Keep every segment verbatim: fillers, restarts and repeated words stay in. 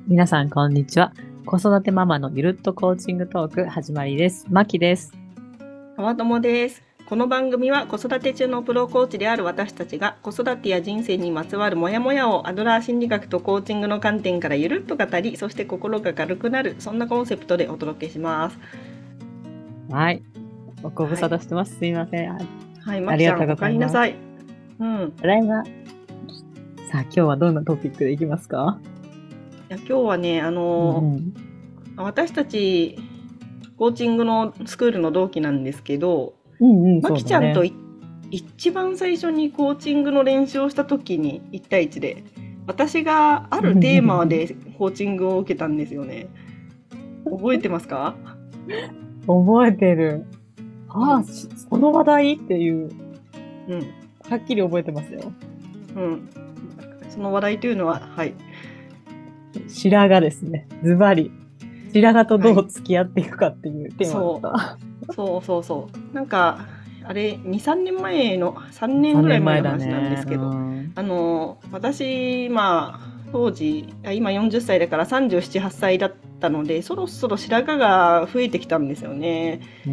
皆さん、こんにちは。子育てママのゆるっとコーチングトーク始まりです。まきです。 川友です。この番組は子育て中のプロコーチである私たちが子育てや人生にまつわるモヤモヤをアドラー心理学とコーチングの観点からゆるっと語り、そして心が軽くなる、そんなコンセプトでお届けします。 はい。ご無沙汰してます。はい、すみません。 はい、まきちゃん、お帰りなさい。 うん。ただいま。さあ、今日はどんなトピックでいきますか？ いや、今日はね、あの、うんうん、私たちコーチングのスクールの同期なんですけど、 うんうん、 まきちゃんと一番最初にコーチングの練習をした時にいち対いちで私があるテーマでコーチングを受けたんですよね。覚えてますか？ 覚えてる。ああ、うん、その話題っていう、うん、はっきり覚えてますよ。 うん、その話題というのは、はい、 白髪ですね。ズバリ白髪とどう付き合っていくかっていうテーマだった、 はい、そうそうそうそうなんかあれ に,さん 年前のさんねんぐらい前の話なんですけど、ね、うん、あの私まあ当時今よんじゅっさいだからさんじゅうなな、はっさいだったのでそろそろ白髪が増えてきたんですよね。うんうん、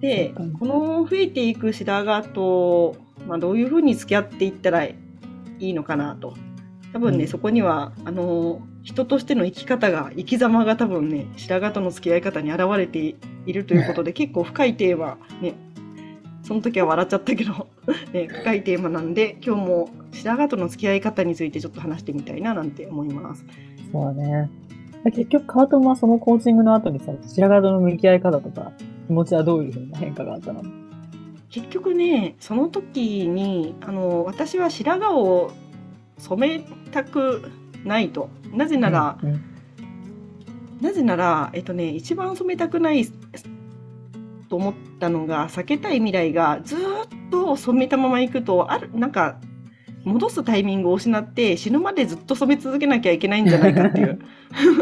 でこの増えていく白髪と、まあ、どういうふうに付き合っていったらいいのかなと。多分ね、うん、そこにはあの人としての生き方が生き様が多分ね白髪との付き合い方に現れているということで結構深いテーマね、その時は笑っちゃったけど、ね、深いテーマなんで今日も白髪との付き合い方についてちょっと話してみたいななんて思います。 そうね。結局川友はそのコーチングの後にさ白髪との向き合い方とか気持ちはどういうふうな変化があったの？ 結局ねその時にあの私は白髪を染めたくないと。なぜなら、うんうん、なぜなら、えっとね、一番染めたくないと思ったのが避けたい未来がずっと染めたままいくとあるなんか戻すタイミングを失って死ぬまでずっと染め続けなきゃいけないんじゃないかっていう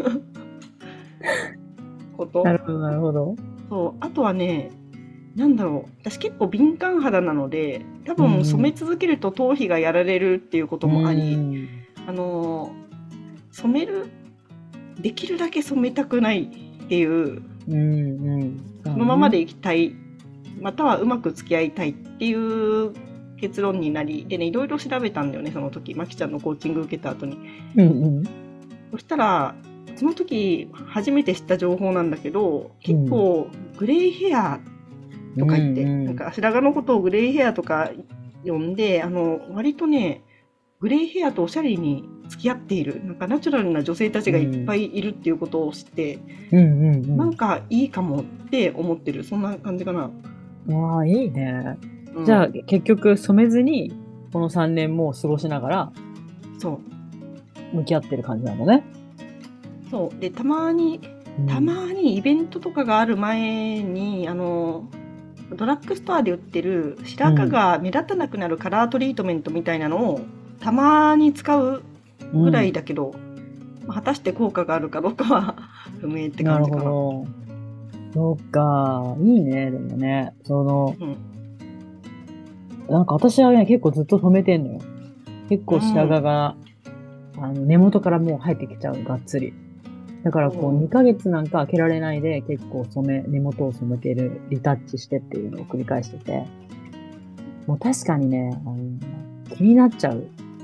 こと。 なるほどなるほど。 そうあとはねなんだろう私結構敏感肌なので多分染め続けると頭皮がやられるっていうこともあり、うん、あの染めるできるだけ染めたくないっていう、うんうん、そのままでいきたいまたはうまく付き合いたいっていう結論になりでねいろいろ調べたんだよねその時まきちゃんのコーチング受けた後に、うんうん、そしたらその時初めて知った情報なんだけど結構グレイヘアとか言って、うんうん、なんか白髪のことをグレイヘアとか呼んであの割とねグレイヘアとおしゃれに付き合っているなんかナチュラルな女性たちがいっぱいいるっていうことを知って、うんうんうん、なんかいいかもって思ってるそんな感じかな。 わあいいね、うん、じゃあ結局染めずにこのさんねんも過ごしながらそう向き合ってる感じなのね。 そうでたまにたまにイベントとかがある前にあのドラッグストアで売ってる白髪が目立たなくなるカラートリートメントみたいなのをたまに使うぐらいだけど、うん、果たして効果があるかどうかは不明って感じかな。なるほど。 そうか、いいね、でもね。その、うん、なんか私はね、結構ずっと染めてんのよ。結構白髪が、うん、あの根元からもう生えてきちゃう、がっつり。だからこうにかげつなんか開けられないで結構染め、根元を染めてる、リタッチしてっていうのを繰り返してて。もう確かにね、あの気になっちゃう。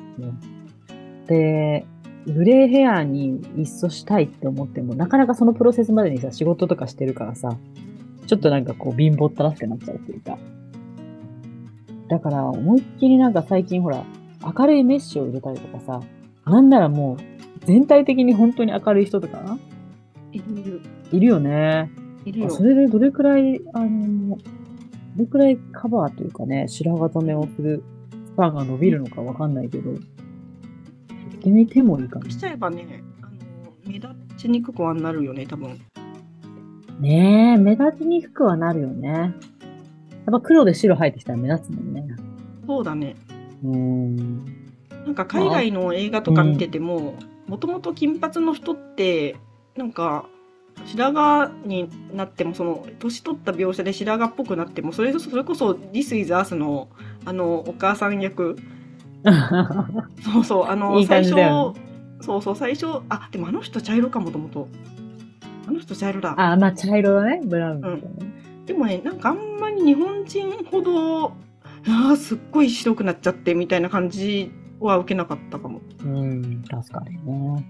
で、グレーヘアにいっそしたいって思っても、なかなかそのプロセスまでにさ、仕事とかしてるからさ、ちょっとなんかこう貧乏ったらしくなっちゃうっていうか。だから思いっきりなんか最近ほら、明るいメッシュを入れたりとかさ、なんならもう全体的に本当に明るい人とかいる。 いるよね。 いるよ。 それでどれくらい、あの、どれくらいカバーというかね、白髪染めをするスパンが伸びるのかわかんないけど、決めてもいいかな。 しちゃえばね、あの目立ちにくくはなるよね、多分。 ねえ、目立ちにくくはなるよね。やっぱ黒で白入ってきたら目立つもんね。 そうだね。うーん。なんか海外の映画とか見てても、もともと金髪の人って、なんか、白髪になってもその年取った描写で白髪っぽくなってもそれそれこそ This is Us のあのお母さん役そうそうあのいい感じだよね。 そうそう、最初、あ、でもあの人茶色かもともと。あの人茶色だ。 あ、まあ茶色だね。ブラウンだね。 でもね、なんかあんまり日本人ほど、ああ、すっごい白くなっちゃってみたいな感じは受けなかったかも。 うん、確かにね。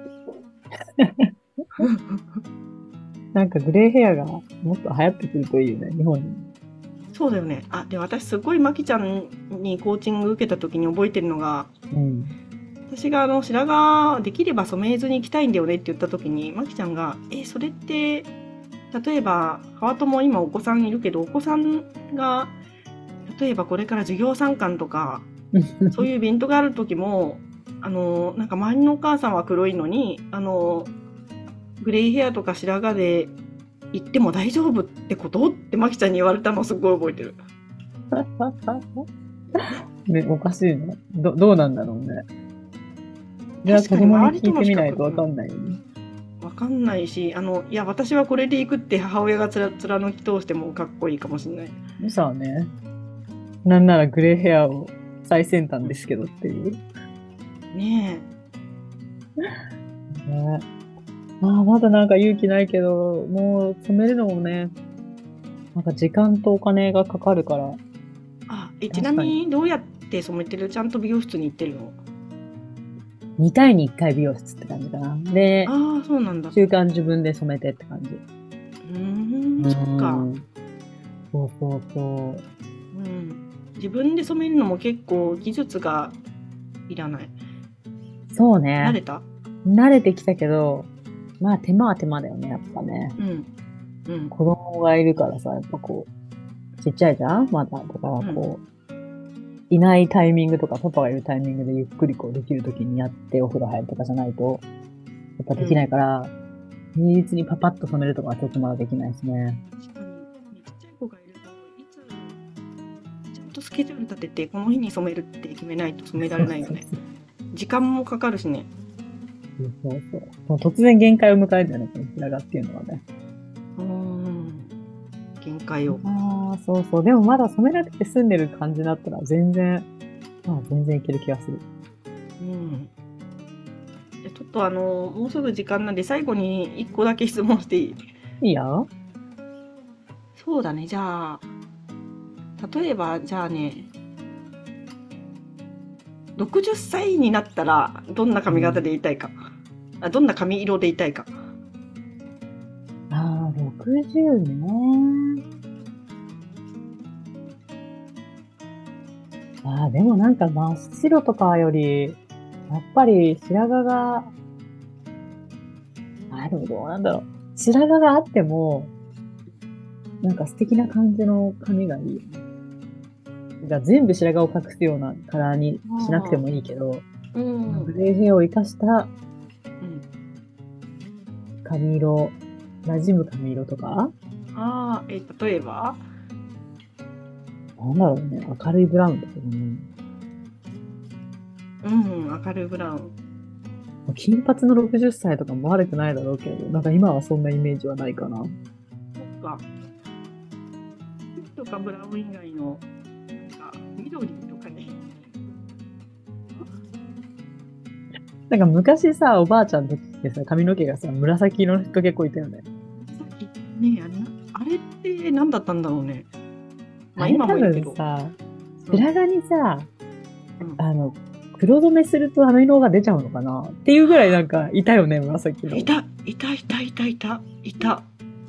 なんかグレーヘアがもっと流行ってくるといいよね、日本に。 そうだよね。あ、で、私すごいまきちゃんにコーチング受けた時に覚えてるのが、 うん、 私があの白髪できれば染めずに行きたいんだよねって言った時に、まきちゃんが、え、それって、例えば、川友今お子さんいるけど、お子さんが、例えばこれから授業参観とか、そういうイベントがある時も、あの、なんか周りのお母さんは黒いのに、あの、グレーヘアとか白髪で行っても大丈夫ってことってまきちゃんに言われたのすごい覚えてる。 ね、おかしいね。ど、どうなんだろうね。じゃあ子供に聞いてみないとわかんないよね。 わかんないし、あの、いや、私はこれで行くって母親がつら貫き通してもかっこいいかもしれない。 そうね。なんならグレーヘアを最先端ですけどっていう。 ねえ。ね、ああ、まだなんか勇気ないけど、もう染めるのもね、なんか時間とお金がかかるから。 あ、え、ちなみにどうやって染めてる？ちゃんと美容室に行ってるの？ にかいにいっかい美容室って感じかな。で、 ああ、そうなんだ。 習慣自分で染めてって感じ。 うーん、そっか。 そうそうそう。 うん。自分で染めるのも結構技術がいらない。 そうね。 慣れた？ 慣れてきたけど、まあ手間は手間だよね、やっぱね。 うん。うん。 子供がいるからさ、やっぱこう、ちっちゃいじゃんまだ。だからこう、うん、いないタイミングとか、パパがいるタイミングでゆっくりこうできるときにやってお風呂入るとかじゃないと、やっぱできないから、うん、平日にパパッと染めるとかはちょっとまだできないですね。 確かに、ちっちゃい子がいると、いつ、ちゃんとスケジュール立てて、この日に染めるって決めないと染められないよね。そうそうそう、時間もかかるしね。 そうそうそう。突然限界を迎えるんだよね、この白髪っていうのはね。 うーん。限界を。 ああ、そうそう。でもまだ染めなくて済んでる感じだったら全然、まあ全然いける気がする。 うん。じゃちょっとあの、もうすぐ時間なんで最後にいっこだけ質問していい？ いいよ。 そうだね。じゃあ、例えば、じゃあね、ろくじゅっさいになったらどんな髪型でいたいか、うん、あどんな髪色でいたいか。 ああ、ろくじゅうね。ああ、でもなんか真っ白とかより、やっぱり白髪が、あ、でもどうなんだろう。白髪があっても、なんか素敵な感じの髪がいいよね。が全部白髪を隠すようなカラーにしなくてもいいけど、うん、グレーヘアを生かした髪色、馴染む髪色とか。 ああ、えー、例えばなんだろうね、明るいブラウンだけどね。 うん、明るいブラウン。 金髪のろくじゅっさいとかも悪くないだろうけど、なんか今はそんなイメージはないかな。そっか。とかブラウン以外の緑とかね。 なんか昔さ、おばあちゃんの時ってさ、髪の毛がさ、紫色の人結構いたよね。 紫ね、あれ、あれって何だったんだろうね。 まあ今もいるけど。さ、白髪にさ、うん、あの、黒染めするとあの色が出ちゃうのかなっていうぐらいなんかいたよね、紫の。 いた、いた、いた、いた、いた、いた。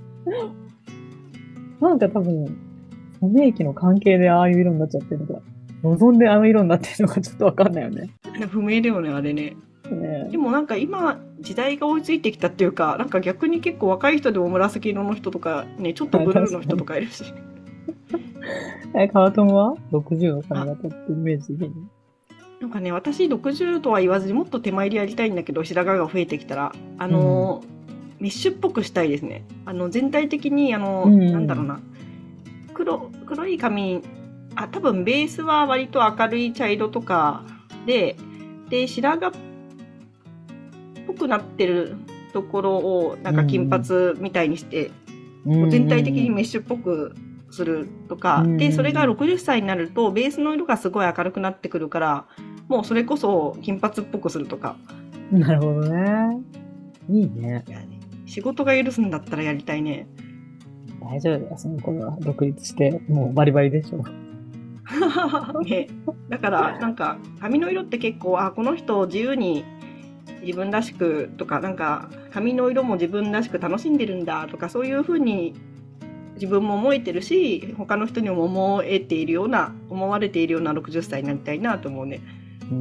なんか多分、染め液の関係でああいう色になっちゃってるのか、望んであの色になってるのかちょっとわかんないよね。 不明だよね、あれね。ね、でもなんか今時代が追いついてきたっていうか、なんか逆に結構若い人でも紫色の人とかね、ちょっとブルーの人とかいるし。 え、川友はろくじゅうの髪型ってイメージでいいの？ なんかね、私ろくじゅうとは言わずにもっと手前でやりたいんだけど、白髪が増えてきたらあの、うん、メッシュっぽくしたいですね。あの全体的にあの、うん、なんだろうな、黒黒い髪、あ、多分ベースは割と明るい茶色とかで、で白髪っぽくなってるところをなんか金髪みたいにして、うん、全体的にメッシュっぽくするとか、うん、でそれがろくじゅっさいになるとベースの色がすごい明るくなってくるから、もうそれこそ金髪っぽくするとかなるほどね。いいね。 いやね、仕事が許すんだったらやりたいね。 大丈夫だよ。その頃は独立して、もうバリバリでしょ。 ね、だからなんか髪の色って結構、あ、この人自由に自分らしくとか、なんか髪の色も自分らしく楽しんでるんだとか、そういう風に自分も思えてるし、他の人にも思えているような、思われているようなろくじゅっさいになりたいなと思うね。 うん、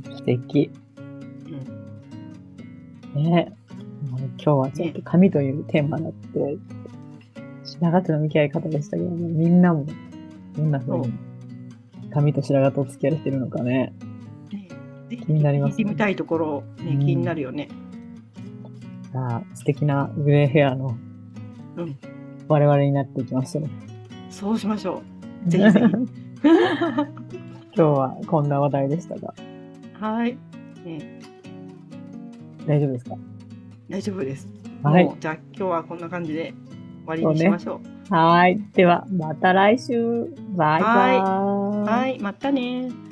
素敵。 うん、 ね。今日はちょっと髪というテーマになって、白髪との向き合い方でしたけどね、みんなもどんな風に髪と白髪と付き合ってるのかね。 ね、 気になりますね。 聞いてみたいところ、ね、 うん、 気になるよね。 さあ、素敵なグレーヘアの我々になっていきましょう。うん、 そうしましょう。ぜひぜひ。 今日はこんな話題でしたが。 はい、ね。 大丈夫ですか？ 大丈夫です。 はい。 もうじゃあ今日はこんな感じで終わりにしましょう。 うね、はい。では、また来週。バイバイ。 はい。はい、またね。